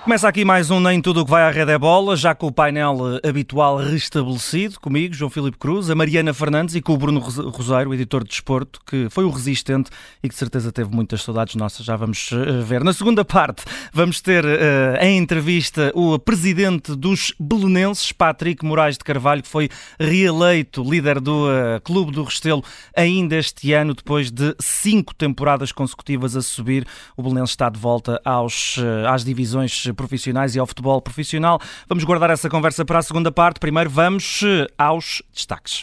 Começa aqui mais um Nem Tudo o que vai à rede é bola, já com o painel habitual restabelecido, comigo, João Filipe Cruz, a Mariana Fernandes e com o Bruno Rosário, o editor de desporto, que foi o resistente e que de certeza teve muitas saudades nossas, já vamos ver. Na segunda parte vamos ter em entrevista o presidente dos belenenses, Patrick Moraes de Carvalho, que foi reeleito líder do Clube do Restelo ainda este ano, depois de 5 temporadas consecutivas a subir. O Belenenses está de volta às divisões profissionais e ao futebol profissional. Vamos guardar essa conversa para a segunda parte. Primeiro vamos aos destaques.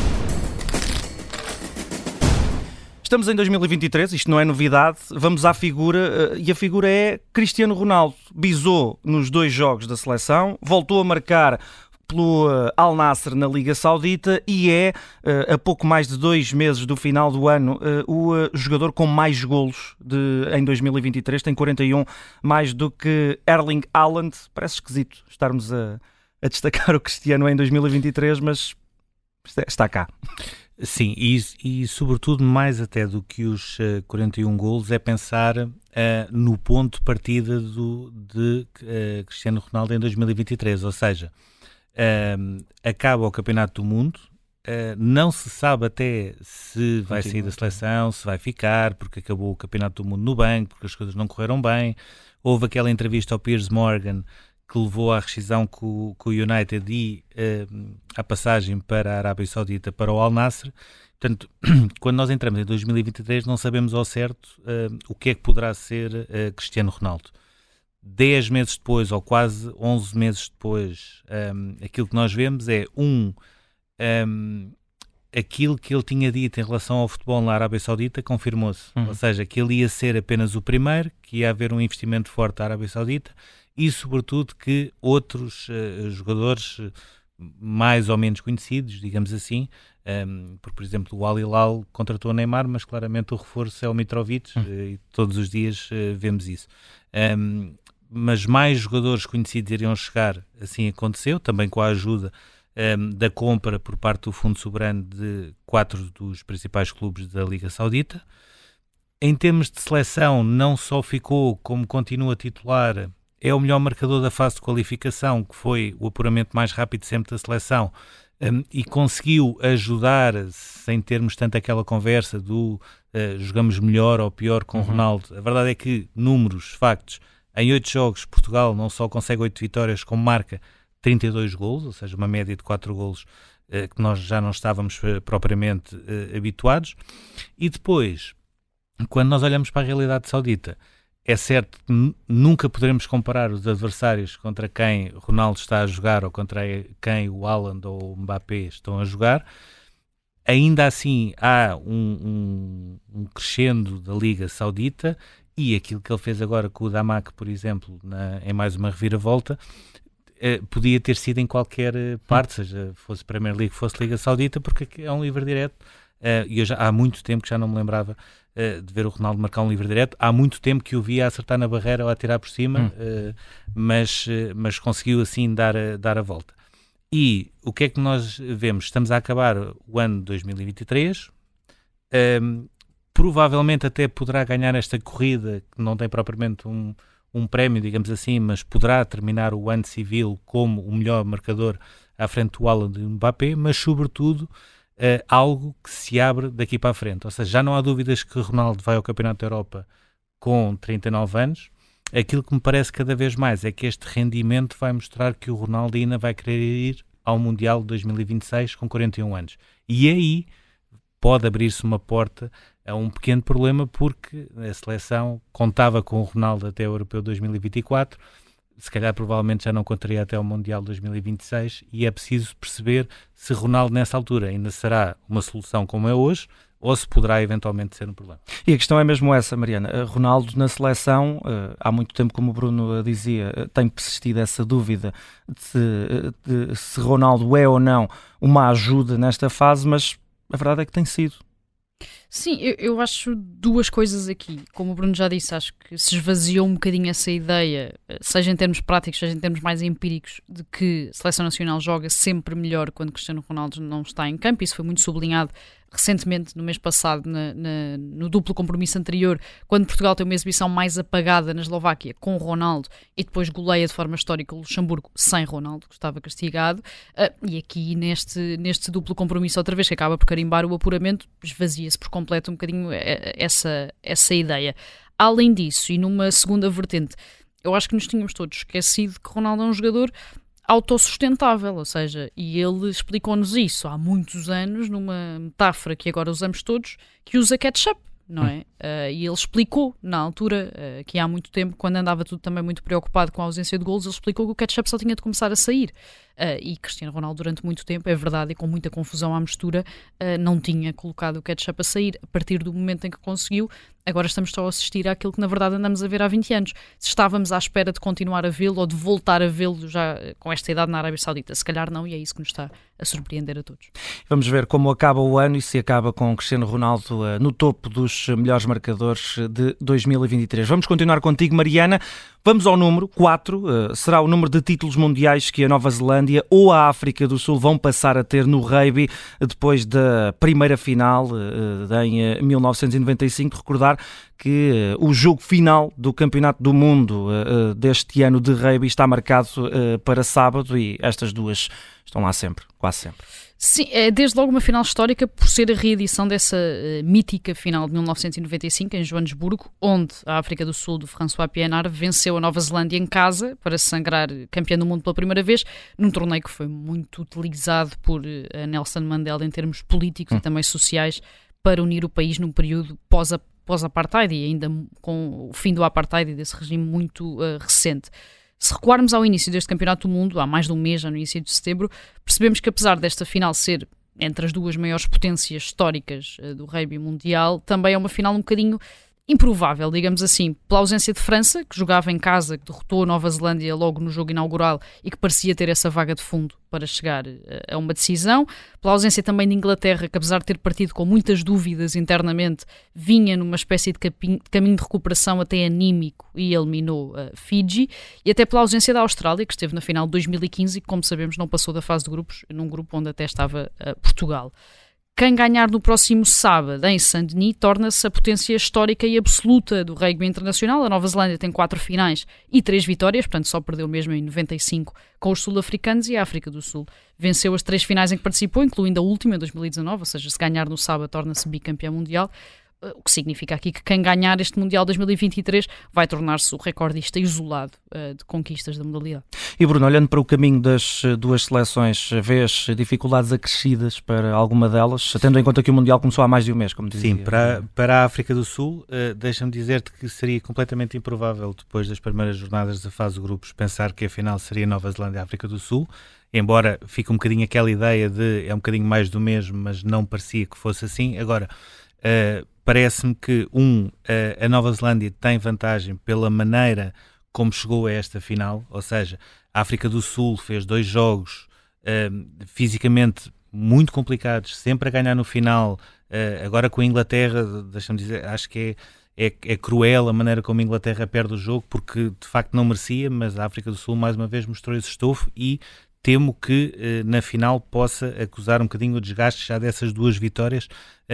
Estamos em 2023, isto não é novidade. Vamos à figura, e a figura é Cristiano Ronaldo. Bisou nos 2 jogos da seleção, voltou a marcar pelo Al Nassr na Liga Saudita e é, a pouco mais de 2 meses do final do ano, o jogador com mais golos em 2023. Tem 41, mais do que Erling Haaland. Parece esquisito estarmos a destacar o Cristiano em 2023, mas está cá. Sim, e sobretudo mais até do que os 41 golos é pensar no ponto de partida de Cristiano Ronaldo em 2023, ou seja, acaba o Campeonato do Mundo, não se sabe até se vai sair da seleção, se vai ficar, porque acabou o Campeonato do Mundo no banco, porque as coisas não correram bem. Houve aquela entrevista ao Piers Morgan que levou à rescisão com o United e à passagem para a Arábia Saudita, para o Al Nassr. Portanto, quando nós entramos em 2023 não sabemos ao certo o que é que poderá ser Cristiano Ronaldo. 10 meses depois, ou quase 11 meses depois, aquilo que nós vemos é aquilo que ele tinha dito em relação ao futebol na Arábia Saudita confirmou-se. Ou seja, que ele ia ser apenas o primeiro, que ia haver um investimento forte da Arábia Saudita e, sobretudo, que outros jogadores mais ou menos conhecidos, digamos assim, porque, por exemplo, o Al Hilal contratou o Neymar, mas claramente o reforço é o Mitrovic e todos os dias vemos isso. Mas mais jogadores conhecidos iriam chegar, assim aconteceu, também com a ajuda da compra por parte do Fundo Soberano de 4 dos principais clubes da Liga Saudita. Em termos de seleção, não só ficou como continua titular, é o melhor marcador da fase de qualificação, que foi o apuramento mais rápido sempre da seleção, e conseguiu ajudar, sem termos tanto aquela conversa do jogamos melhor ou pior com o Ronaldo. A verdade é que números, factos, em 8 jogos, Portugal não só consegue 8 vitórias, como marca 32 golos, ou seja, uma média de 4 golos que nós já não estávamos propriamente habituados. E depois, quando nós olhamos para a realidade saudita, é certo que nunca poderemos comparar os adversários contra quem Ronaldo está a jogar ou contra quem o Haaland ou o Mbappé estão a jogar. Ainda assim, há um crescendo da Liga Saudita. E aquilo que ele fez agora com o Damak, por exemplo, em mais uma reviravolta, podia ter sido em qualquer parte, seja fosse Premier League, fosse Liga Saudita, porque é um livre direto. E eu há muito tempo que já não me lembrava de ver o Ronaldo marcar um livre direto. Há muito tempo que o via acertar na barreira ou a tirar por cima, mas conseguiu assim dar a volta. E o que é que nós vemos? Estamos a acabar o ano de 2023, provavelmente até poderá ganhar esta corrida, que não tem propriamente um prémio, digamos assim, mas poderá terminar o ano civil como o melhor marcador à frente do Haaland e do Mbappé, mas sobretudo algo que se abre daqui para a frente. Ou seja, já não há dúvidas que Ronaldo vai ao Campeonato da Europa com 39 anos. Aquilo que me parece cada vez mais é que este rendimento vai mostrar que o Ronaldo ainda vai querer ir ao Mundial de 2026 com 41 anos. E aí pode abrir-se uma porta a um pequeno problema, porque a seleção contava com o Ronaldo até o Europeu 2024, se calhar provavelmente já não contaria até o Mundial 2026, e é preciso perceber se Ronaldo nessa altura ainda será uma solução como é hoje, ou se poderá eventualmente ser um problema. E a questão é mesmo essa, Mariana. Ronaldo na seleção, há muito tempo, como o Bruno dizia, tem persistido essa dúvida de se Ronaldo é ou não uma ajuda nesta fase, mas a verdade é que tem sido. Sim, eu acho duas coisas aqui. Como o Bruno já disse, acho que se esvaziou um bocadinho essa ideia, seja em termos práticos, seja em termos mais empíricos, de que a Seleção Nacional joga sempre melhor quando Cristiano Ronaldo não está em campo. Isso foi muito sublinhado recentemente, no mês passado, no duplo compromisso anterior, quando Portugal tem uma exibição mais apagada na Eslováquia com Ronaldo e depois goleia de forma histórica o Luxemburgo sem Ronaldo, que estava castigado. E aqui neste duplo compromisso, outra vez, que acaba por carimbar o apuramento, esvazia-se por completo um bocadinho essa ideia. Além disso, e numa segunda vertente, eu acho que nos tínhamos todos esquecido que Ronaldo é um jogador autossustentável, ou seja, e ele explicou-nos isso há muitos anos, numa metáfora que agora usamos todos, que usa ketchup, não é? E ele explicou, na altura, que há muito tempo, quando andava tudo também muito preocupado com a ausência de golos, ele explicou que o ketchup só tinha de começar a sair. E Cristiano Ronaldo, durante muito tempo, é verdade, e com muita confusão à mistura, não tinha colocado o ketchup a sair. A partir do momento em que conseguiu, agora estamos só a assistir àquilo que na verdade andamos a ver há 20 anos. Se estávamos à espera de continuar a vê-lo ou de voltar a vê-lo já com esta idade na Arábia Saudita, se calhar não, e é isso que nos está a surpreender a todos. Vamos ver como acaba o ano e se acaba com Cristiano Ronaldo no topo dos melhores marcadores de 2023. Vamos continuar contigo, Mariana. Vamos ao número 4, será o número de títulos mundiais que a Nova Zelândia ou a África do Sul vão passar a ter no rugby depois da primeira final em 1995. Recordar que o jogo final do Campeonato do Mundo deste ano de rugby está marcado para sábado e estas duas estão lá sempre, quase sempre. Sim, é desde logo uma final histórica por ser a reedição dessa mítica final de 1995 em Joanesburgo, onde a África do Sul do François Pienaar venceu a Nova Zelândia em casa para se sagrar campeã do mundo pela primeira vez, num torneio que foi muito utilizado por Nelson Mandela em termos políticos e também sociais para unir o país num período pós-apartheid e ainda com o fim do apartheid e desse regime muito recente. Se recuarmos ao início deste Campeonato do Mundo, há mais de um mês, já no início de setembro, percebemos que apesar desta final ser entre as duas maiores potências históricas do rugby mundial, também é uma final um bocadinho improvável, digamos assim, pela ausência de França, que jogava em casa, que derrotou a Nova Zelândia logo no jogo inaugural e que parecia ter essa vaga de fundo para chegar a uma decisão, pela ausência também de Inglaterra, que apesar de ter partido com muitas dúvidas internamente, vinha numa espécie de caminho de recuperação até anímico e eliminou Fiji, e até pela ausência da Austrália, que esteve na final de 2015 e que, como sabemos, não passou da fase de grupos, num grupo onde até estava Portugal. Quem ganhar no próximo sábado em Saint-Denis torna-se a potência histórica e absoluta do rugby internacional. A Nova Zelândia tem 4 finais e 3 vitórias, portanto só perdeu mesmo em 95 com os sul-africanos, e a África do Sul venceu as 3 finais em que participou, incluindo a última em 2019, ou seja, se ganhar no sábado torna-se bicampeão mundial. O que significa aqui que quem ganhar este Mundial 2023 vai tornar-se o recordista isolado de conquistas da modalidade. E Bruno, olhando para o caminho das duas seleções, vês dificuldades acrescidas para alguma delas, tendo em conta que o Mundial começou há mais de um mês, como dizia? Sim, para a África do Sul, deixa-me dizer-te que seria completamente improvável, depois das primeiras jornadas da fase de grupos, pensar que a final seria Nova Zelândia e África do Sul, embora fique um bocadinho aquela ideia de é um bocadinho mais do mesmo, mas não parecia que fosse assim. Agora, parece-me que a Nova Zelândia tem vantagem pela maneira como chegou a esta final, ou seja, a África do Sul fez 2 jogos fisicamente muito complicados, sempre a ganhar no final. Agora com a Inglaterra, deixa-me dizer, acho que é cruel a maneira como a Inglaterra perde o jogo, porque de facto não merecia, mas a África do Sul mais uma vez mostrou esse estofo e temo que na final possa acusar um bocadinho o desgaste já dessas 2 vitórias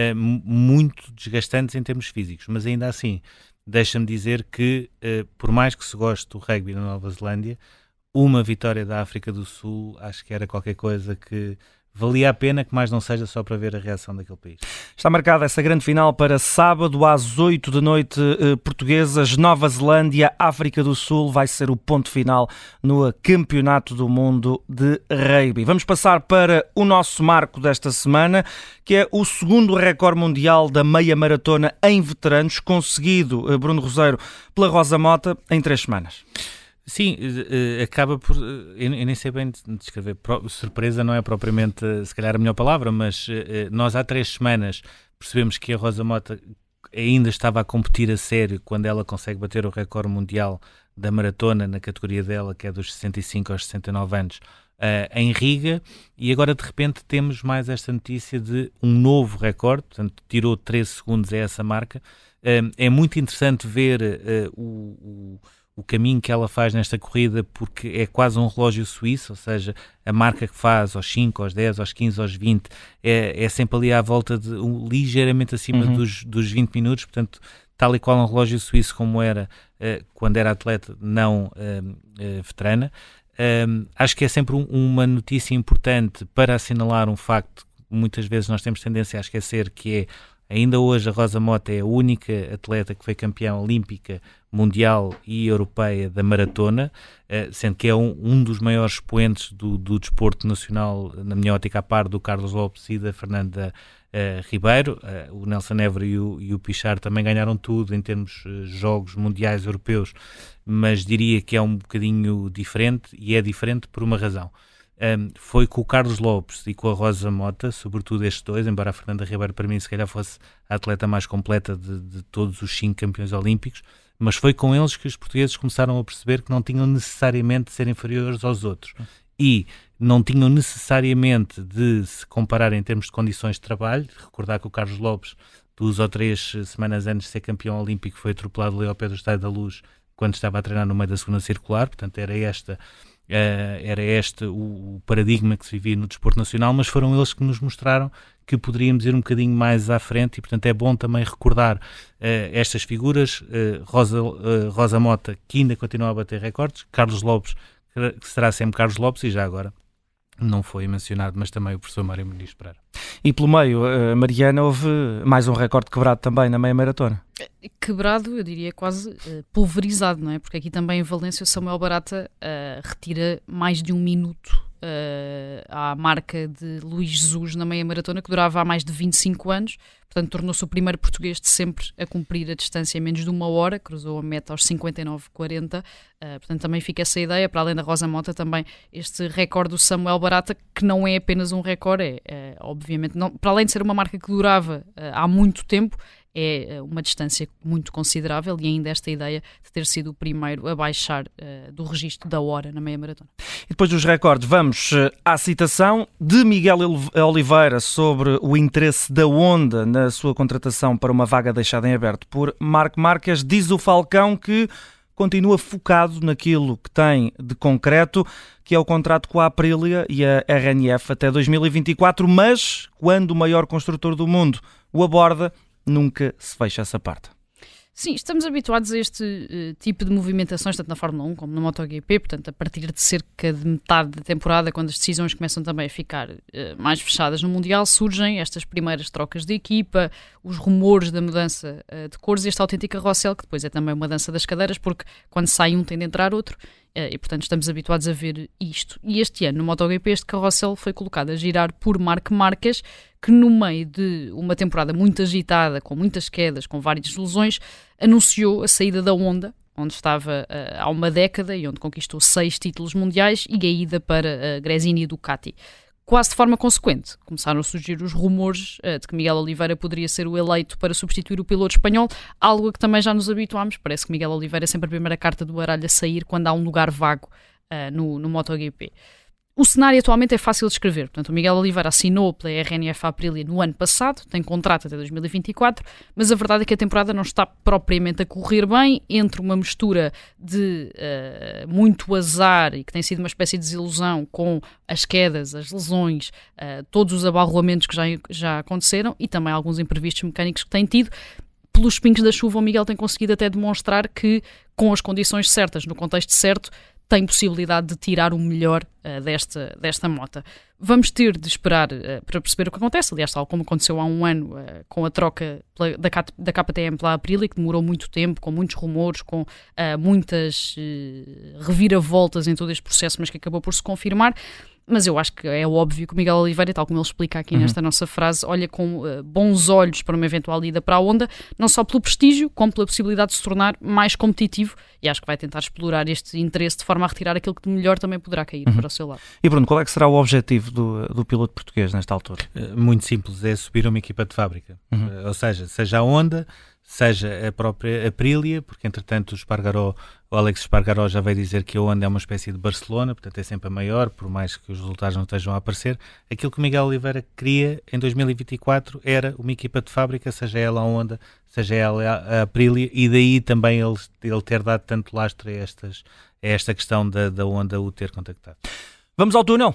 muito desgastantes em termos físicos, mas ainda assim deixa-me dizer que por mais que se goste do rugby na Nova Zelândia, uma vitória da África do Sul acho que era qualquer coisa que valia a pena, que mais não seja só para ver a reação daquele país. Está marcada essa grande final para sábado às 8 da noite portuguesas. Nova Zelândia, África do Sul vai ser o ponto final no Campeonato do Mundo de Rugby. Vamos passar para o nosso marco desta semana, que é o segundo recorde mundial da meia maratona em veteranos, conseguido, Bruno Roseiro, pela Rosa Mota em 3 semanas. Sim, acaba por... Eu nem sei bem descrever. Surpresa não é propriamente, se calhar, a melhor palavra, mas nós há 3 semanas percebemos que a Rosa Mota ainda estava a competir a sério quando ela consegue bater o recorde mundial da maratona na categoria dela, que é dos 65 aos 69 anos, em Riga, e agora de repente temos mais esta notícia de um novo recorde, portanto tirou 13 segundos a essa marca. É muito interessante ver o caminho que ela faz nesta corrida, porque é quase um relógio suíço, ou seja, a marca que faz aos 5, aos 10, aos 15, aos 20, é sempre ali à volta de ligeiramente acima dos 20 minutos, portanto, tal e qual um relógio suíço como era quando era atleta não veterana. Acho que é sempre uma notícia importante para assinalar um facto que muitas vezes nós temos tendência a esquecer, que é, ainda hoje a Rosa Mota é a única atleta que foi campeã olímpica, mundial e europeia da maratona, sendo que é um dos maiores expoentes do desporto nacional, na minha ótica, a par do Carlos Lopes e da Fernanda Ribeiro. O Nelson Évora e o Pichard também ganharam tudo em termos jogos mundiais europeus, mas diria que é um bocadinho diferente, e é diferente por uma razão. Foi com o Carlos Lopes e com a Rosa Mota, sobretudo estes dois, embora a Fernanda Ribeiro para mim se calhar fosse a atleta mais completa de todos os 5 campeões olímpicos, mas foi com eles que os portugueses começaram a perceber que não tinham necessariamente de ser inferiores aos outros, e não tinham necessariamente de se comparar em termos de condições de trabalho. Recordar que o Carlos Lopes, 2 ou 3 semanas antes de ser campeão olímpico, foi atropelado ali ao pé do Estádio da Luz quando estava a treinar no meio da segunda circular, portanto era este o paradigma que se vivia no desporto nacional, mas foram eles que nos mostraram que poderíamos ir um bocadinho mais à frente, e portanto é bom também recordar estas figuras. Rosa Mota, que ainda continua a bater recordes, Carlos Lopes, que será sempre Carlos Lopes, e já agora não foi mencionado, mas também o professor Mário Muniz Pereira. E pelo meio, Mariana, houve mais um recorde quebrado também na meia maratona. Quebrado, eu diria quase pulverizado, não é? Porque aqui também em Valência o Samuel Barata retira mais de 1 minuto à marca de Luís Jesus na meia maratona, que durava há mais de 25 anos, portanto tornou-se o primeiro português de sempre a cumprir a distância em menos de 1 hora, cruzou a meta aos 59,40, portanto também fica essa ideia, para além da Rosa Mota, também este recorde do Samuel Barata, que não é apenas um recorde, obviamente, não, para além de ser uma marca que durava há muito tempo, é uma distância muito considerável, e ainda esta ideia de ter sido o primeiro a baixar do registro da hora na meia maratona. E depois dos recordes, vamos à citação de Miguel Oliveira sobre o interesse da Honda na sua contratação para uma vaga deixada em aberto por Marc Márquez. Diz o Falcão que continua focado naquilo que tem de concreto, que é o contrato com a Aprilia e a RNF até 2024, mas quando o maior construtor do mundo o aborda, nunca se fecha essa parte. Sim, estamos habituados a este tipo de movimentações, tanto na Fórmula 1 como no MotoGP, portanto, a partir de cerca de metade da temporada, quando as decisões começam também a ficar mais fechadas no Mundial, surgem estas primeiras trocas de equipa, os rumores da mudança de cores e esta autêntica carrossel, que depois é também uma dança das cadeiras, porque quando sai um tem de entrar outro, e portanto estamos habituados a ver isto. E este ano, no MotoGP, este carrossel foi colocado a girar por Marc Márquez, que no meio de uma temporada muito agitada, com muitas quedas, com várias lesões, anunciou a saída da Honda, onde estava há uma década e onde conquistou 6 títulos mundiais, e a ida para a Gresini e Ducati. Quase de forma consequente, começaram a surgir os rumores de que Miguel Oliveira poderia ser o eleito para substituir o piloto espanhol, algo a que também já nos habituámos. Parece que Miguel Oliveira é sempre a primeira carta do baralho a sair quando há um lugar vago no MotoGP. O cenário atualmente é fácil de descrever. Portanto, o Miguel Oliveira assinou pela RNF Aprilia no ano passado, tem contrato até 2024, mas a verdade é que a temporada não está propriamente a correr bem, entre uma mistura de muito azar e que tem sido uma espécie de desilusão com as quedas, as lesões, todos os abalroamentos que já aconteceram, e também alguns imprevistos mecânicos que tem tido. Pelos pingos da chuva, o Miguel tem conseguido até demonstrar que, com as condições certas, no contexto certo, tem possibilidade de tirar o melhor desta moto. Vamos ter de esperar para perceber o que acontece. Aliás, tal como aconteceu há um ano com a troca da KTM pela Aprilia, que demorou muito tempo, com muitos rumores, com muitas reviravoltas em todo este processo, mas que acabou por se confirmar. Mas eu acho que é óbvio que o Miguel Oliveira, tal como ele explica aqui nesta nossa frase, olha com bons olhos para uma eventual ida para a Honda, não só pelo prestígio, como pela possibilidade de se tornar mais competitivo, e acho que vai tentar explorar este interesse de forma a retirar aquilo que de melhor também poderá cair para o seu lado. E Bruno, qual é que será o objetivo do piloto português nesta altura? Muito simples, é subir uma equipa de fábrica. Ou seja a Honda, seja a própria Aprilia, porque entretanto o Alex Espargaró já veio dizer que a Honda é uma espécie de Barcelona, portanto é sempre a maior, por mais que os resultados não estejam a aparecer. Aquilo que o Miguel Oliveira queria em 2024 era uma equipa de fábrica, seja ela a Honda, seja ela a Aprilia, e daí também ele ter dado tanto lastro a esta questão da Honda o ter contactado. Vamos ao túnel.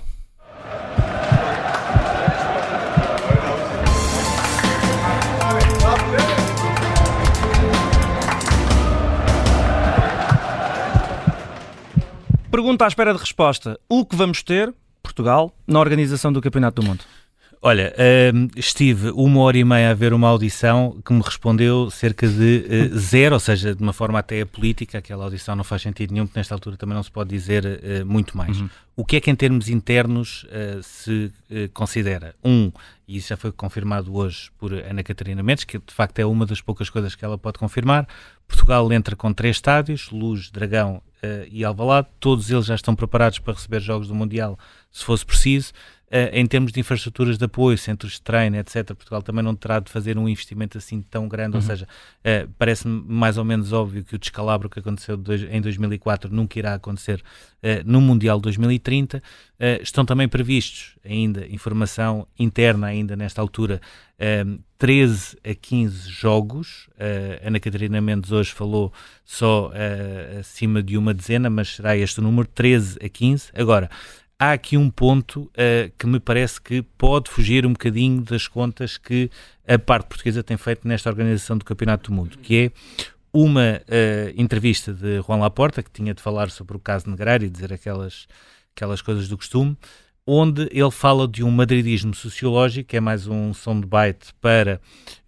Pergunta à espera de resposta. O que vamos ter, Portugal, na organização do Campeonato do Mundo? Olha, estive 1h30 a ver uma audição que me respondeu cerca de 0, ou seja, de uma forma até política. Aquela audição não faz sentido nenhum, porque nesta altura também não se pode dizer muito mais. O que é que em termos internos se considera? E isso já foi confirmado hoje por Ana Catarina Mendes, que de facto é uma das poucas coisas que ela pode confirmar. Portugal entra com 3 estádios, Luz, Dragão e Alvalade. Todos eles já estão preparados para receber jogos do Mundial, se fosse preciso. Em termos de infraestruturas de apoio, centros de treino, etc., Portugal também não terá de fazer um investimento assim tão grande, ou seja, parece-me mais ou menos óbvio que o descalabro que aconteceu em 2004 nunca irá acontecer no Mundial 2030. Estão também previstos ainda, informação interna ainda nesta altura, 13 a 15 jogos. Ana Catarina Mendes hoje falou só acima de uma dezena, mas será este o número, 13 a 15. Agora, há aqui um ponto que me parece que pode fugir um bocadinho das contas que a parte portuguesa tem feito nesta organização do Campeonato do Mundo, que é uma entrevista de Juan Laporta, que tinha de falar sobre o caso Negreira e dizer aquelas coisas do costume, onde ele fala de um madridismo sociológico, que é mais um soundbite para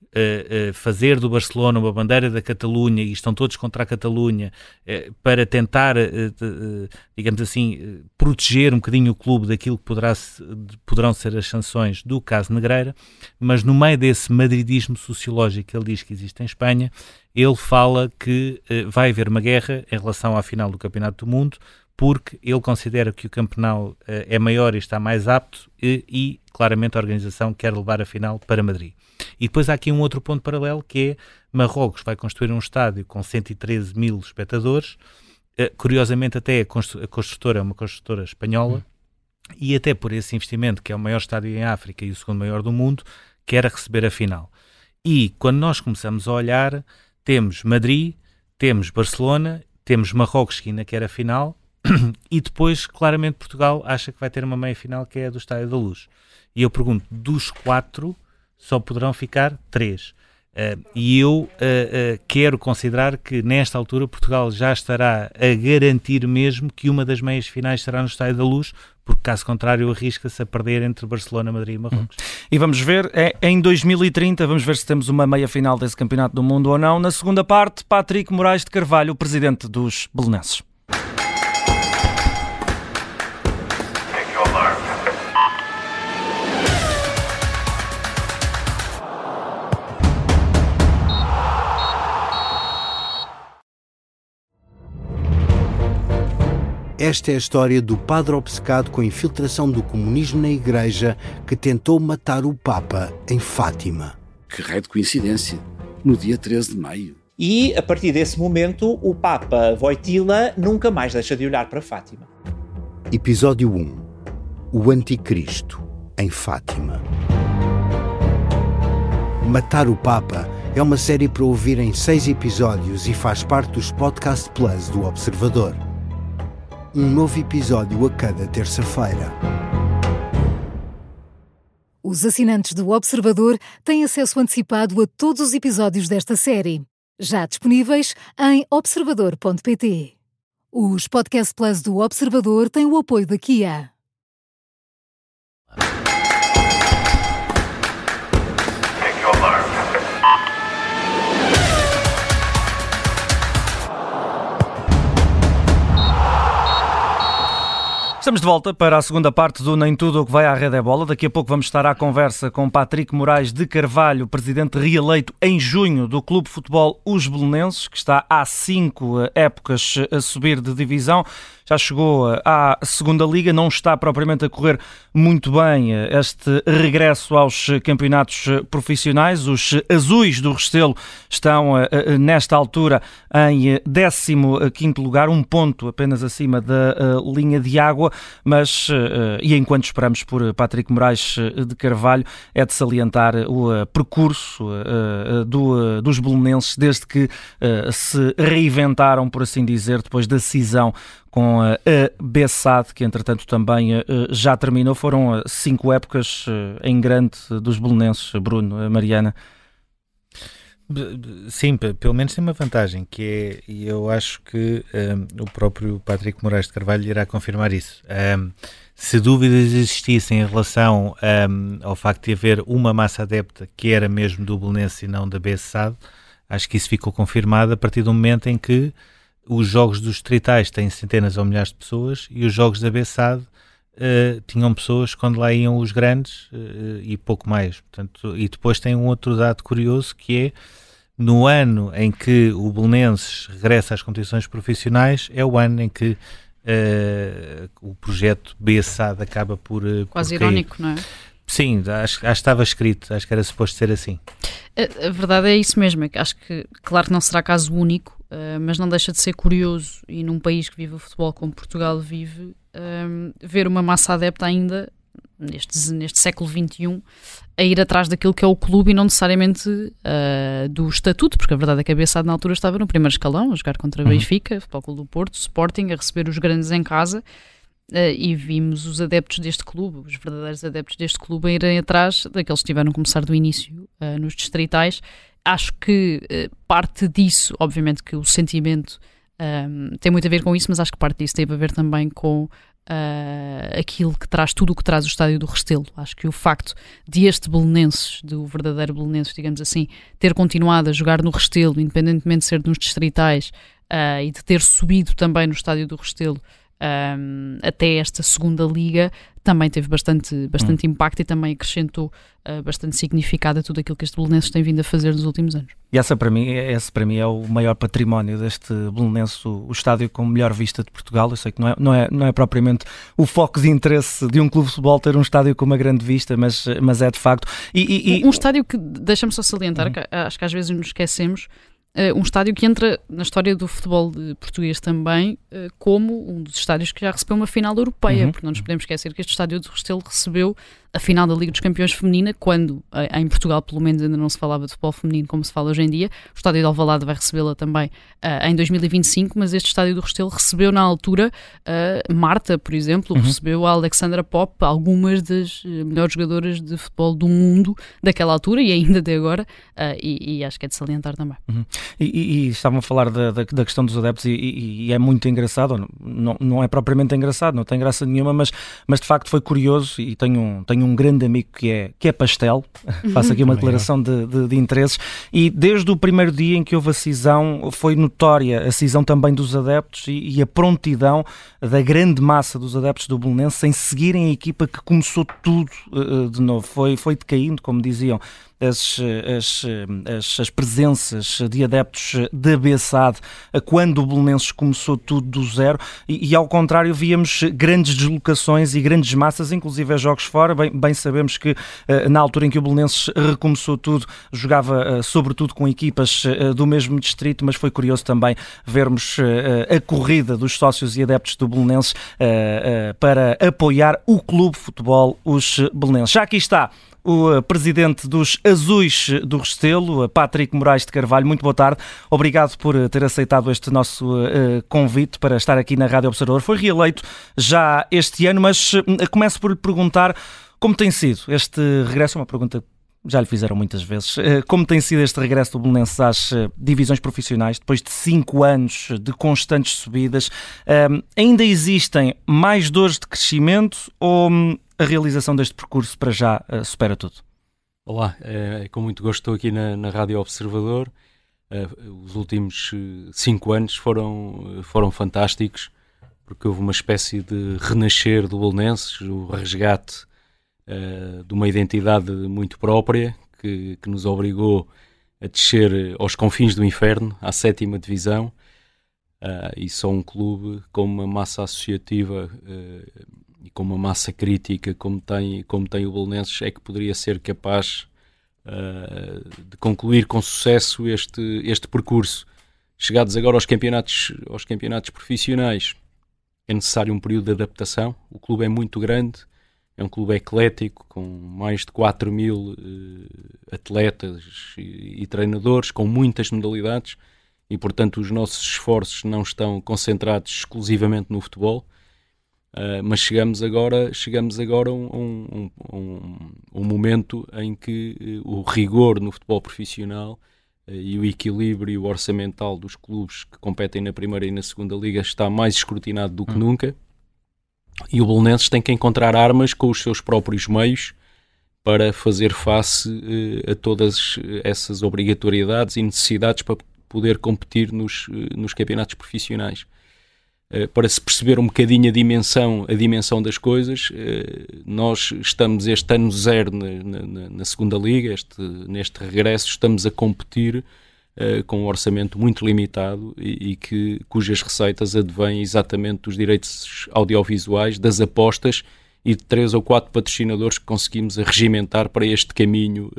fazer do Barcelona uma bandeira da Catalunha, e estão todos contra a Catalunha, para tentar, digamos assim, proteger um bocadinho o clube daquilo que poderão ser as sanções do caso Negreira. Mas no meio desse madridismo sociológico que ele diz que existe em Espanha, ele fala que vai haver uma guerra em relação à final do Campeonato do Mundo, porque ele considera que o Camp Nou é maior e está mais apto e claramente a organização quer levar a final para Madrid. E depois há aqui um outro ponto paralelo, que é Marrocos vai construir um estádio com 113 mil espectadores. Curiosamente, até a construtora é uma construtora espanhola, e até por esse investimento, que é o maior estádio em África e o segundo maior do mundo, quer receber a final. E quando nós começamos a olhar, temos Madrid, temos Barcelona, temos Marrocos, que ainda quer a final, e depois, claramente, Portugal acha que vai ter uma meia-final, que é a do Estádio da Luz. E eu pergunto, dos 4, só poderão ficar 3. E eu quero considerar que, nesta altura, Portugal já estará a garantir mesmo que uma das meias finais será no Estádio da Luz, porque, caso contrário, arrisca-se a perder entre Barcelona, Madrid e Marrocos. E vamos ver, em 2030, vamos ver se temos uma meia-final desse Campeonato do Mundo ou não. Na segunda parte, Patrick Moraes de Carvalho, o presidente dos belenenses. Esta é a história do padre obcecado com a infiltração do comunismo na Igreja que tentou matar o Papa em Fátima. Que raio de coincidência, no dia 13 de maio. E, a partir desse momento, o Papa Wojtyla nunca mais deixa de olhar para Fátima. Episódio 1. O Anticristo, em Fátima. Matar o Papa é uma série para ouvir em 6 episódios e faz parte dos Podcast Plus do Observador. Um novo episódio a cada terça-feira. Os assinantes do Observador têm acesso antecipado a todos os episódios desta série, já disponíveis em observador.pt. Os Podcast Plus do Observador têm o apoio da Kia. Estamos de volta para a segunda parte do Nem Tudo o que vai à Rede é Bola. Daqui a pouco vamos estar à conversa com Patrick Moraes de Carvalho, presidente reeleito em junho do Clube de Futebol Os Belenenses, que está há 5 épocas a subir de divisão. já chegou à segunda Liga, não está propriamente a correr muito bem este regresso aos campeonatos profissionais. Os azuis do Restelo estão nesta altura em 15º lugar, um ponto apenas acima da linha de água, mas e enquanto esperamos por Patrick Moraes de Carvalho, é de salientar o percurso dos belenenses desde que se reinventaram, por assim dizer, depois da cisão com a Bessade, que entretanto também já terminou. Foram 5 épocas em grande dos belenenses, Bruno, Mariana. Sim, pelo menos tem uma vantagem, que é, e eu acho que o próprio Patrick Moraes de Carvalho irá confirmar isso. Se dúvidas existissem em relação ao facto de haver uma massa adepta que era mesmo do Belenenses e não da Bessade, acho que isso ficou confirmado a partir do momento em que os jogos dos distritais têm centenas ou milhares de pessoas e os jogos da Bessade tinham pessoas quando lá iam os grandes e pouco mais. Portanto, e depois tem um outro dado curioso, que é no ano em que o Belenenses regressa às competições profissionais, é o ano em que o projeto Bessade acaba por quase por cair. Irónico, não é? Sim, acho que estava escrito, acho que era suposto ser assim. A verdade é isso mesmo, é que acho que, claro que não será caso único, mas não deixa de ser curioso, e num país que vive o futebol como Portugal vive, ver uma massa adepta ainda, neste século XXI, a ir atrás daquilo que é o clube e não necessariamente do estatuto, porque a verdade é que a Bessade na altura estava no primeiro escalão, a jogar contra Benfica, Futebol Clube do Porto, Sporting, a receber os grandes em casa, e vimos os adeptos deste clube, os verdadeiros adeptos deste clube, a irem atrás daqueles que tiveram a começar do início nos distritais. Acho que parte disso, obviamente que o sentimento tem muito a ver com isso, mas acho que parte disso teve a ver também com aquilo que traz, tudo o que traz o estádio do Restelo. Acho que o facto de este Belenenses, do verdadeiro Belenenses, digamos assim, ter continuado a jogar no Restelo, independentemente de ser nos distritais, e de ter subido também no estádio do Restelo até esta segunda liga, também teve bastante impacto e também acrescentou bastante significado a tudo aquilo que este Belenenses tem vindo a fazer nos últimos anos. E esse para mim é o maior património deste Belenenses, o estádio com melhor vista de Portugal. Eu sei que não é propriamente o foco de interesse de um clube de futebol ter um estádio com uma grande vista, mas é de facto. Um estádio que, deixa-me só salientar, que acho que às vezes nos esquecemos, um estádio que entra na história do futebol português também como um dos estádios que já recebeu uma final europeia, porque não nos podemos esquecer que este estádio do Restelo recebeu a final da Liga dos Campeões feminina, quando em Portugal pelo menos ainda não se falava de futebol feminino como se fala hoje em dia. O estádio de Alvalade vai recebê-la também em 2025, mas este estádio do Restelo recebeu na altura Marta, por exemplo, recebeu a Alexandra Popp, algumas das melhores jogadoras de futebol do mundo daquela altura e ainda de agora, e acho que é de salientar também. E estavam a falar da questão dos adeptos e é muito engraçado, não é propriamente engraçado, não tem graça nenhuma, mas de facto foi curioso, e tenho um grande amigo que é pastel, faço aqui uma declaração de interesses, e desde o primeiro dia em que houve a cisão foi notória a cisão também dos adeptos e a prontidão da grande massa dos adeptos do Belenenses em seguirem a equipa que começou tudo de novo, foi decaindo, como diziam as presenças de adeptos da Bessade quando o Belenenses começou tudo do zero, e ao contrário víamos grandes deslocações e grandes massas, inclusive a jogos fora. Bem sabemos que na altura em que o Belenenses recomeçou tudo, jogava sobretudo com equipas do mesmo distrito, mas foi curioso também vermos a corrida dos sócios e adeptos do Belenenses para apoiar o Clube Futebol Os Belenenses. Já aqui está o presidente dos Azuis do Restelo, Patrick Moraes de Carvalho. Muito boa tarde. Obrigado por ter aceitado este nosso convite para estar aqui na Rádio Observador. Foi reeleito já este ano, mas começo por lhe perguntar como tem sido este regresso. Uma pergunta que já lhe fizeram muitas vezes. Como tem sido este regresso do Belenenses às divisões profissionais, depois de 5 anos de constantes subidas? Ainda existem mais dores de crescimento ou a realização deste percurso para já supera tudo? Olá, é com muito gosto estou aqui na Rádio Observador. Os últimos 5 anos foram fantásticos, porque houve uma espécie de renascer do Belenenses, o resgate de uma identidade muito própria que nos obrigou a descer aos confins do inferno, à 7ª divisão. E só um clube com uma massa associativa e com uma massa crítica como tem o Belenenses é que poderia ser capaz de concluir com sucesso este percurso. Chegados agora aos campeonatos profissionais, é necessário um período de adaptação. O clube é muito grande, é um clube eclético, com mais de 4.000 atletas e treinadores, com muitas modalidades, e portanto os nossos esforços não estão concentrados exclusivamente no futebol, mas chegamos agora a um momento em que o rigor no futebol profissional e o equilíbrio orçamental dos clubes que competem na primeira e na segunda liga está mais escrutinado do que nunca, e o Belenenses tem que encontrar armas com os seus próprios meios para fazer face a todas essas obrigatoriedades e necessidades para poder competir nos campeonatos profissionais. Para se perceber um bocadinho a dimensão das coisas, nós estamos este ano zero na segunda liga, neste regresso estamos a competir com um orçamento muito limitado e cujas receitas advêm exatamente dos direitos audiovisuais, das apostas e de 3 ou 4 patrocinadores que conseguimos regimentar para este caminho.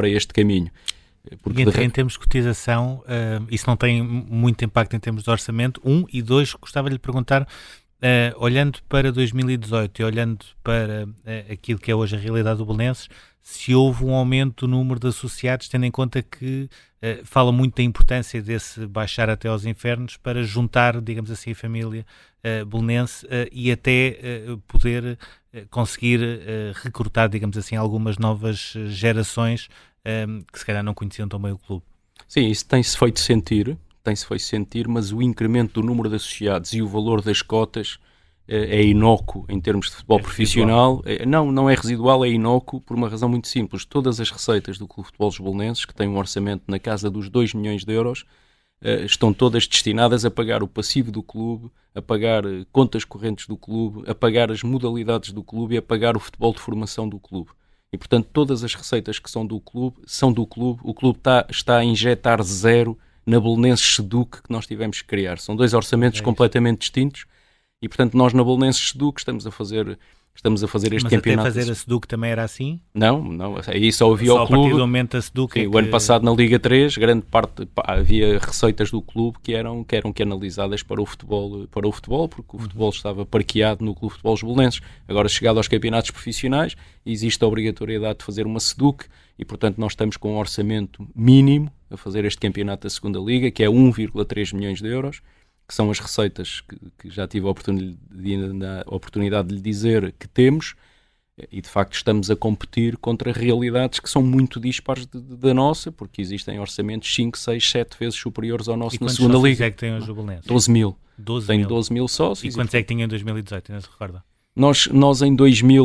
Porque em termos de cotização, isso não tem muito impacto em termos de orçamento, 1, e 2, gostava de lhe perguntar, olhando para 2018 e olhando para aquilo que é hoje a realidade do Belenenses, se houve um aumento do número de associados, tendo em conta que fala muito da importância desse baixar até aos infernos para juntar, digamos assim, a família belenense e até poder conseguir recrutar, digamos assim, algumas novas gerações que se calhar não conheciam tão bem o clube. Sim, isso tem-se feito sentir, mas o incremento do número de associados e o valor das cotas é inócuo em termos de futebol profissional. Não é residual, é inócuo por uma razão muito simples. Todas as receitas do Clube de Futebol dos Belenenses, que tem um orçamento na casa dos 2 milhões de euros, estão todas destinadas a pagar o passivo do clube, a pagar contas correntes do clube, a pagar as modalidades do clube e a pagar o futebol de formação do clube. E, portanto, todas as receitas que são do clube. O clube está a injetar zero na Belenenses Seduc que nós tivemos que criar. São 2 orçamentos completamente distintos e, portanto, nós na Belenenses Seduc estamos a fazer este campeonato. Mas até fazer a Seduc também era assim? Não, aí só havia o clube. A partir do momento da Seduc... Sim, o ano passado na Liga 3, grande parte, havia receitas do clube que eram canalizadas para o futebol, porque o futebol estava parqueado no Clube de Futebol dos Belenenses. Agora, chegado aos campeonatos profissionais, existe a obrigatoriedade de fazer uma Seduc e, portanto, nós estamos com um orçamento mínimo a fazer este campeonato da segunda Liga, que é 1,3 milhões de euros, que são as receitas que já tive a oportunidade de lhe dizer que temos, e de facto estamos a competir contra realidades que são muito dispares da nossa, porque existem orçamentos 5, 6, 7 vezes superiores ao nosso na segunda liga. E quantos é que tem hoje o Belenenses? 12 mil. 12 tem mil. 12 mil sócios. E quantos é que tinha em 2018, ainda se recorda? Nós em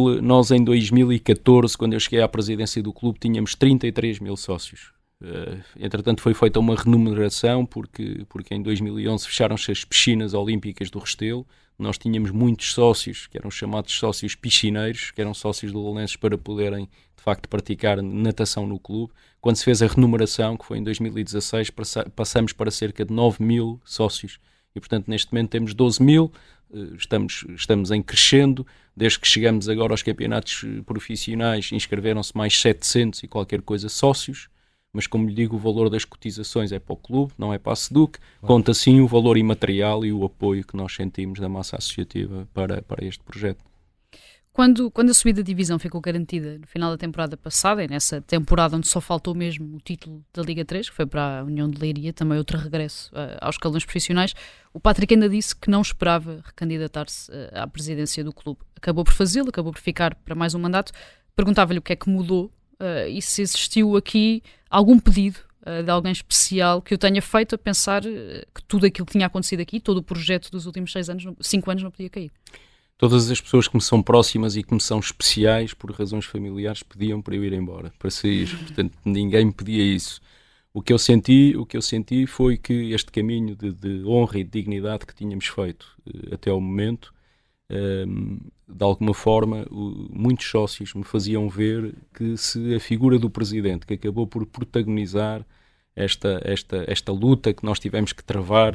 2014, quando eu cheguei à presidência do clube, tínhamos 33 mil sócios. Entretanto foi feita uma renumeração porque em 2011 fecharam-se as piscinas olímpicas do Restelo. Nós tínhamos muitos sócios que eram chamados sócios piscineiros, que eram sócios do Belenenses para poderem de facto praticar natação no clube. Quando se fez a renumeração, que foi em 2016, passamos para cerca de 9 mil sócios e portanto neste momento temos 12 mil. Estamos em crescendo. Desde que chegamos agora aos campeonatos profissionais, inscreveram-se mais 700 e qualquer coisa sócios. Mas, como lhe digo, o valor das cotizações é para o clube, não é para a Seduc. Conta sim o valor imaterial e o apoio que nós sentimos da massa associativa para este projeto. Quando a subida de divisão ficou garantida no final da temporada passada, e nessa temporada onde só faltou mesmo o título da Liga 3, que foi para a União de Leiria, também outro regresso aos escalões profissionais, o Patrick ainda disse que não esperava recandidatar-se à presidência do clube. Acabou por fazê-lo, acabou por ficar para mais um mandato. Perguntava-lhe o que é que mudou e se existiu aqui algum pedido de alguém especial que eu tenha feito a pensar que tudo aquilo que tinha acontecido aqui, todo o projeto dos últimos 5 anos não podia cair. Todas as pessoas que me são próximas e que me são especiais por razões familiares pediam para eu ir embora, para sair. Portanto, ninguém me pedia isso. O que eu senti foi que este caminho de honra e de dignidade que tínhamos feito até ao momento, de alguma forma, muitos sócios me faziam ver que se a figura do presidente, que acabou por protagonizar esta luta que nós tivemos que travar,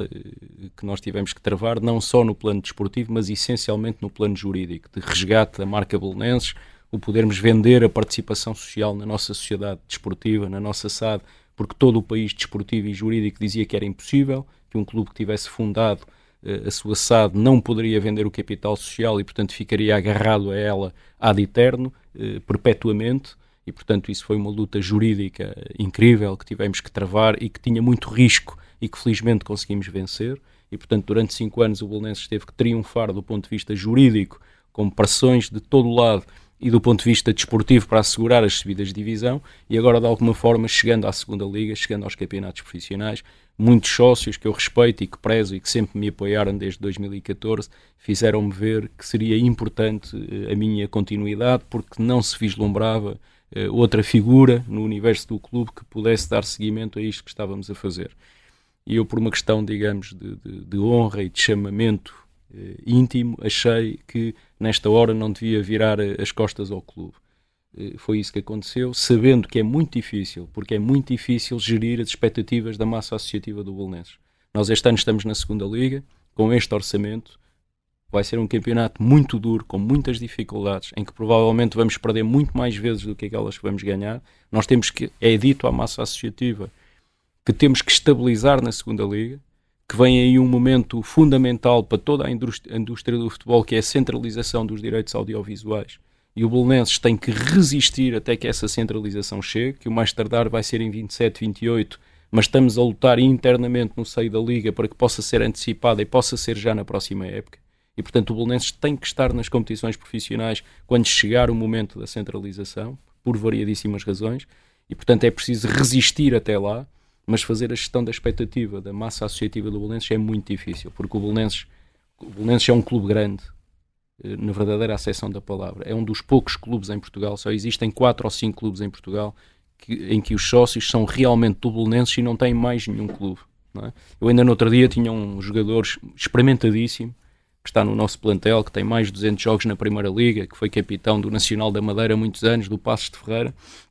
não só no plano desportivo, mas essencialmente no plano jurídico, de resgate da marca Belenenses, o podermos vender a participação social na nossa sociedade desportiva, na nossa SAD, porque todo o país desportivo e jurídico dizia que era impossível, que um clube que tivesse fundado a sua SAD não poderia vender o capital social e, portanto, ficaria agarrado a ela ad eterno, perpetuamente, e, portanto, isso foi uma luta jurídica incrível que tivemos que travar e que tinha muito risco e que, felizmente, conseguimos vencer. E, portanto, durante 5 anos o Belenenses teve que triunfar do ponto de vista jurídico, com pressões de todo o lado, e do ponto de vista desportivo para assegurar as subidas de divisão, e agora de alguma forma chegando à segunda liga, chegando aos campeonatos profissionais. Muitos sócios que eu respeito e que prezo e que sempre me apoiaram desde 2014 fizeram-me ver que seria importante a minha continuidade, porque não se vislumbrava outra figura no universo do clube que pudesse dar seguimento a isto que estávamos a fazer. E eu, por uma questão, digamos, de honra e de chamamento íntimo, achei que nesta hora não devia virar as costas ao clube. Foi isso que aconteceu, sabendo que é muito difícil, porque é muito difícil gerir as expectativas da massa associativa do Belenenses. Nós este ano estamos na segunda liga, com este orçamento, vai ser um campeonato muito duro, com muitas dificuldades, em que provavelmente vamos perder muito mais vezes do que aquelas que vamos ganhar. Nós temos que, é dito à massa associativa, que temos que estabilizar na segunda liga, que vem aí um momento fundamental para toda a indústria do futebol, que é a centralização dos direitos audiovisuais. E o Belenenses tem que resistir até que essa centralização chegue, que o mais tardar vai ser em 27, 28, mas estamos a lutar internamente no seio da Liga para que possa ser antecipada e possa ser já na próxima época. E, portanto, o Belenenses tem que estar nas competições profissionais quando chegar o momento da centralização, por variadíssimas razões, e, portanto, é preciso resistir até lá, mas fazer a gestão da expectativa da massa associativa do Belenenses é muito difícil, porque o Belenenses é um clube grande, na verdadeira acessão da palavra. É um dos poucos clubes em Portugal, só existem 4 ou 5 clubes em Portugal em que os sócios são realmente do Belenenses e não têm mais nenhum clube. Não é? Eu ainda no outro dia tinha um jogador experimentadíssimo, que está no nosso plantel, que tem mais de 200 jogos na Primeira Liga, que foi capitão do Nacional da Madeira há muitos anos, do Passos de Ferreira,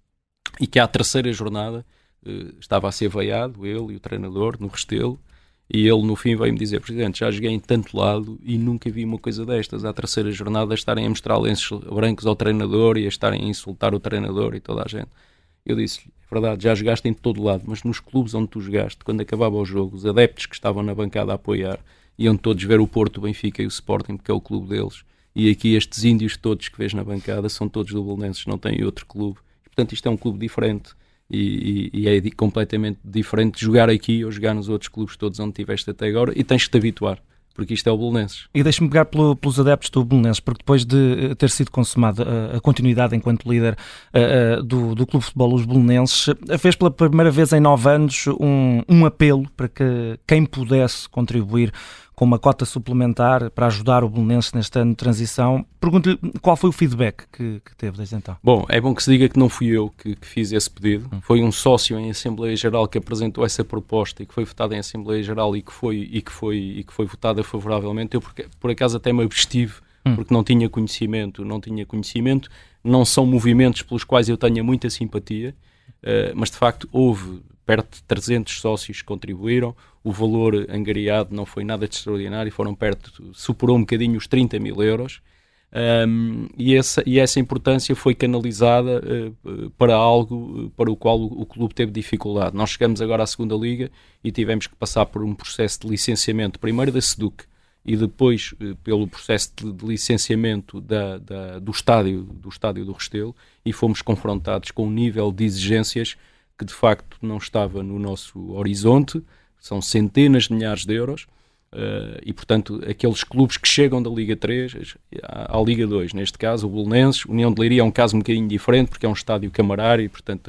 e que à terceira jornada estava a ser vaiado, ele e o treinador, no Restelo, e ele no fim veio-me dizer: Presidente, já joguei em tanto lado e nunca vi uma coisa destas, à terceira jornada estarem a mostrar lenços brancos ao treinador e a estarem a insultar o treinador e toda a gente. Eu disse-lhe: é verdade, já jogaste em todo lado, mas nos clubes onde tu jogaste, quando acabava o jogo, os adeptos que estavam na bancada a apoiar iam todos ver o Porto, o Benfica e o Sporting, porque é o clube deles, e aqui estes índios todos que vês na bancada são todos do Belenenses, não têm outro clube. Portanto, isto é um clube diferente. E é completamente diferente de jogar aqui ou jogar nos outros clubes todos onde estiveste até agora, e tens que te habituar, porque isto é o Belenenses. E deixa-me pegar pelos adeptos do Belenenses, porque depois de ter sido consumada a continuidade enquanto líder do Clube de Futebol Os Belenenses, fez pela primeira vez em 9 anos um apelo para que quem pudesse contribuir com uma cota suplementar para ajudar o Belenenses neste ano de transição. Pergunto-lhe qual foi o feedback que teve desde então. Bom, é bom que se diga que não fui eu que fiz esse pedido. Foi um sócio em Assembleia Geral que apresentou essa proposta e que foi votada em Assembleia Geral e que foi votada favoravelmente. Eu, por acaso, até me abstive porque não tinha conhecimento. Não são movimentos pelos quais eu tenha muita simpatia, mas de facto houve perto de 300 sócios que contribuíram. O valor angariado não foi nada de extraordinário, superou um bocadinho os 30 mil euros, e essa importância foi canalizada para algo para o qual o clube teve dificuldade. Nós chegamos agora à segunda liga e tivemos que passar por um processo de licenciamento, primeiro da SEDUC e depois pelo processo de licenciamento do estádio do Restelo, e fomos confrontados com um nível de exigências que de facto não estava no nosso horizonte. São centenas de milhares de euros, e portanto aqueles clubes que chegam da Liga 3 à Liga 2, neste caso o Belenenses, União de Leiria é um caso um bocadinho diferente porque é um estádio camarário e portanto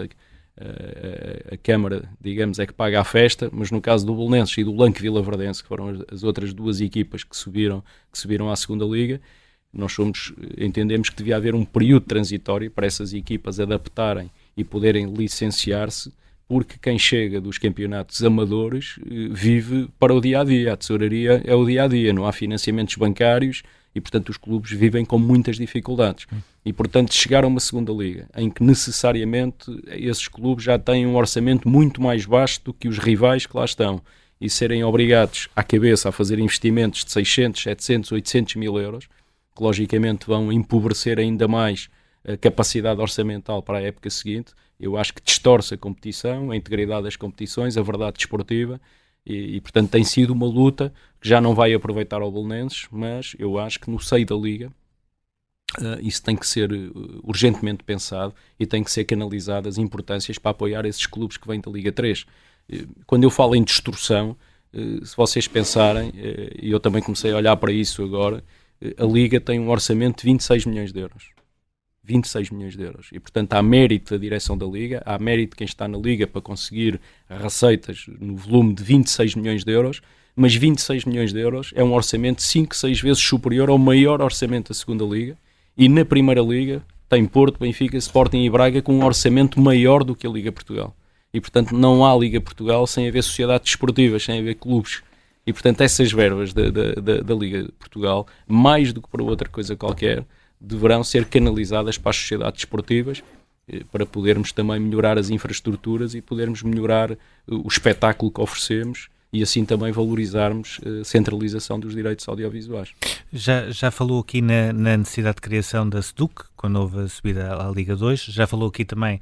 a Câmara, digamos, é que paga a festa, mas no caso do Belenenses e do Blanco Vilaverdense, que foram as outras duas equipas que subiram à segunda Liga, nós entendemos que devia haver um período transitório para essas equipas adaptarem e poderem licenciar-se, porque quem chega dos campeonatos amadores vive para o dia-a-dia. A tesouraria é o dia-a-dia, não há financiamentos bancários, e, portanto, os clubes vivem com muitas dificuldades. E, portanto, chegar a uma segunda liga em que necessariamente esses clubes já têm um orçamento muito mais baixo do que os rivais que lá estão, e serem obrigados à cabeça a fazer investimentos de 600, 700, 800 mil euros, que logicamente vão empobrecer ainda mais a capacidade orçamental para a época seguinte, eu acho que distorce a competição, a integridade das competições, a verdade desportiva, e portanto tem sido uma luta que já não vai aproveitar ao Belenenses, mas eu acho que no seio da Liga isso tem que ser urgentemente pensado e tem que ser canalizado as importâncias para apoiar esses clubes que vêm da Liga 3. Quando eu falo em distorção, se vocês pensarem, e eu também comecei a olhar para isso agora, a Liga tem um orçamento de 26 milhões de euros. 26 milhões de euros. E, portanto, há mérito da direção da Liga, há mérito de quem está na Liga para conseguir receitas no volume de 26 milhões de euros, mas 26 milhões de euros é um orçamento 5, 6 vezes superior ao maior orçamento da segunda Liga, e na Primeira Liga tem Porto, Benfica, Sporting e Braga com um orçamento maior do que a Liga Portugal. E, portanto, não há Liga Portugal sem haver sociedades desportivas, sem haver clubes. E, portanto, essas verbas da Liga Portugal, mais do que para outra coisa qualquer, deverão ser canalizadas para as sociedades desportivas, para podermos também melhorar as infraestruturas e podermos melhorar o espetáculo que oferecemos e assim também valorizarmos a centralização dos direitos audiovisuais. Já falou aqui na necessidade de criação da SEDUC, quando houve a subida à Liga 2, já falou aqui também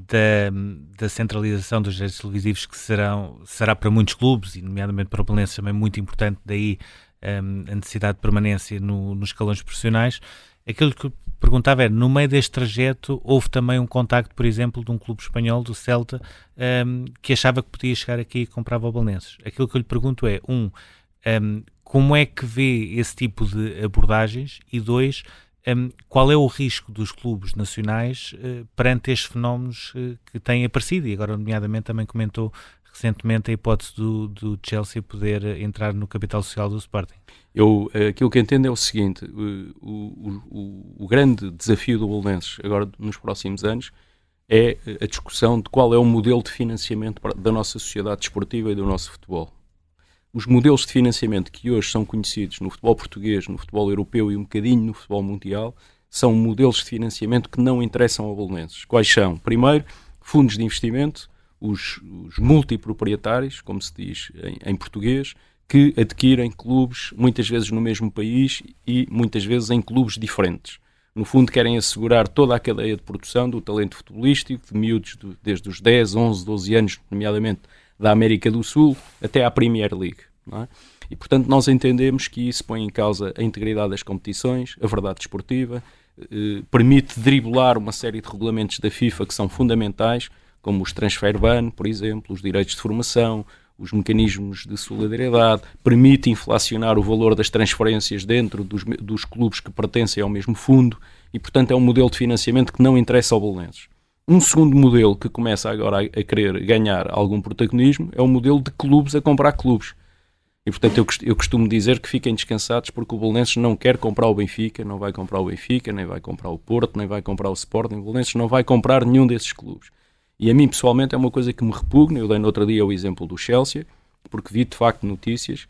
da centralização dos direitos televisivos, que será para muitos clubes, e nomeadamente para o Belenenses também muito importante, daí a necessidade de permanência nos escalões profissionais. Aquilo que eu perguntava era, no meio deste trajeto, houve também um contacto, por exemplo, de um clube espanhol, do Celta, que achava que podia chegar aqui e comprava o Belenenses. Aquilo que eu lhe pergunto é, como é que vê esse tipo de abordagens? E 2, qual é o risco dos clubes nacionais perante estes fenómenos que têm aparecido? E agora, nomeadamente, também comentou recentemente a hipótese do Chelsea poder entrar no capital social do Sporting. Aquilo que entendo é o seguinte, o grande desafio do Belenenses agora nos próximos anos é a discussão de qual é o modelo de financiamento da nossa sociedade desportiva e do nosso futebol. Os modelos de financiamento que hoje são conhecidos no futebol português, no futebol europeu e um bocadinho no futebol mundial, são modelos de financiamento que não interessam ao Belenenses. Quais são? Primeiro, fundos de investimento, os multiproprietários, como se diz em português, que adquirem clubes muitas vezes no mesmo país e muitas vezes em clubes diferentes. No fundo, querem assegurar toda a cadeia de produção do talento futebolístico, de miúdos desde os 10, 11, 12 anos, nomeadamente da América do Sul, até à Premier League. Não é? E, portanto, nós entendemos que isso põe em causa a integridade das competições, a verdade desportiva, permite driblar uma série de regulamentos da FIFA que são fundamentais, como os transfer ban, por exemplo, os direitos de formação, os mecanismos de solidariedade, permite inflacionar o valor das transferências dentro dos clubes que pertencem ao mesmo fundo e, portanto, é um modelo de financiamento que não interessa ao Belenenses. Um segundo modelo que começa agora a querer ganhar algum protagonismo é o modelo de clubes a comprar clubes. E, portanto, eu costumo dizer que fiquem descansados porque o Belenenses não quer comprar o Benfica, não vai comprar o Benfica, nem vai comprar o Porto, nem vai comprar o Sporting. O Belenenses não vai comprar nenhum desses clubes. E a mim, pessoalmente, é uma coisa que me repugna. Eu dei no outro dia o exemplo do Chelsea, porque vi, de facto, notícias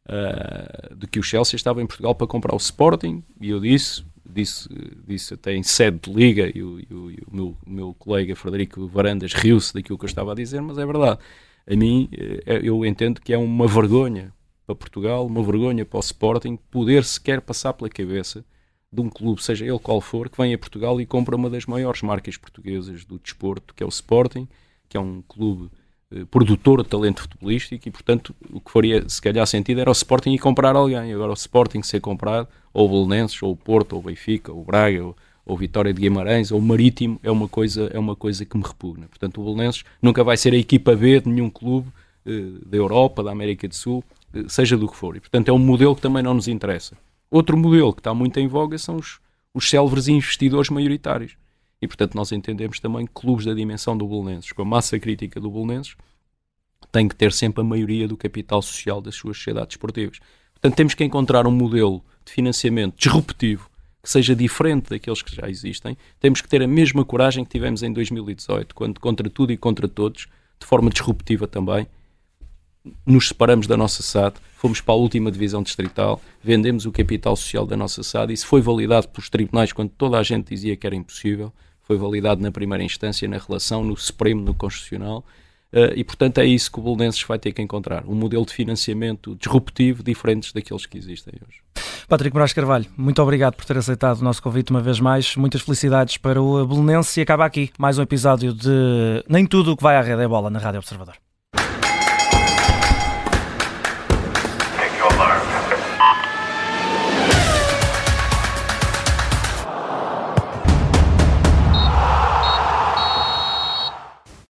de que o Chelsea estava em Portugal para comprar o Sporting, e eu disse até em sede de liga, e o meu colega Frederico Varandas riu-se daquilo que eu estava a dizer, mas é verdade. A mim, eu entendo que é uma vergonha para Portugal, uma vergonha para o Sporting, poder sequer passar pela cabeça de um clube, seja ele qual for, que vem a Portugal e compra uma das maiores marcas portuguesas do desporto, que é o Sporting, que é um clube produtor de talento futebolístico, e portanto o que faria se calhar sentido era o Sporting ir comprar alguém. Agora o Sporting ser comprado, ou o Belenenses, ou o Porto, ou o Benfica, ou o Braga, ou o Vitória de Guimarães, ou o Marítimo, é uma coisa que me repugna. Portanto, o Belenenses nunca vai ser a equipa B de nenhum clube da Europa, da América do Sul, seja do que for. E portanto é um modelo que também não nos interessa. Outro modelo que está muito em voga são os célebres investidores maioritários. E, portanto, nós entendemos também que clubes da dimensão do Belenenses, com a massa crítica do Belenenses, têm que ter sempre a maioria do capital social das suas sociedades esportivas. Portanto, temos que encontrar um modelo de financiamento disruptivo, que seja diferente daqueles que já existem. Temos que ter a mesma coragem que tivemos em 2018, quando, contra tudo e contra todos, de forma disruptiva também, nos separamos da nossa SAD, fomos para a última divisão distrital, vendemos o capital social da nossa SAD, isso foi validado pelos tribunais quando toda a gente dizia que era impossível, foi validado na primeira instância, na relação, no Supremo, no Constitucional, e portanto é isso que o Belenenses vai ter que encontrar, um modelo de financiamento disruptivo, diferentes daqueles que existem hoje. Patrick Moraes Carvalho, muito obrigado por ter aceitado o nosso convite uma vez mais, muitas felicidades para o Belenenses, e acaba aqui mais um episódio de Nem Tudo o que vai à rede é bola na Rádio Observador.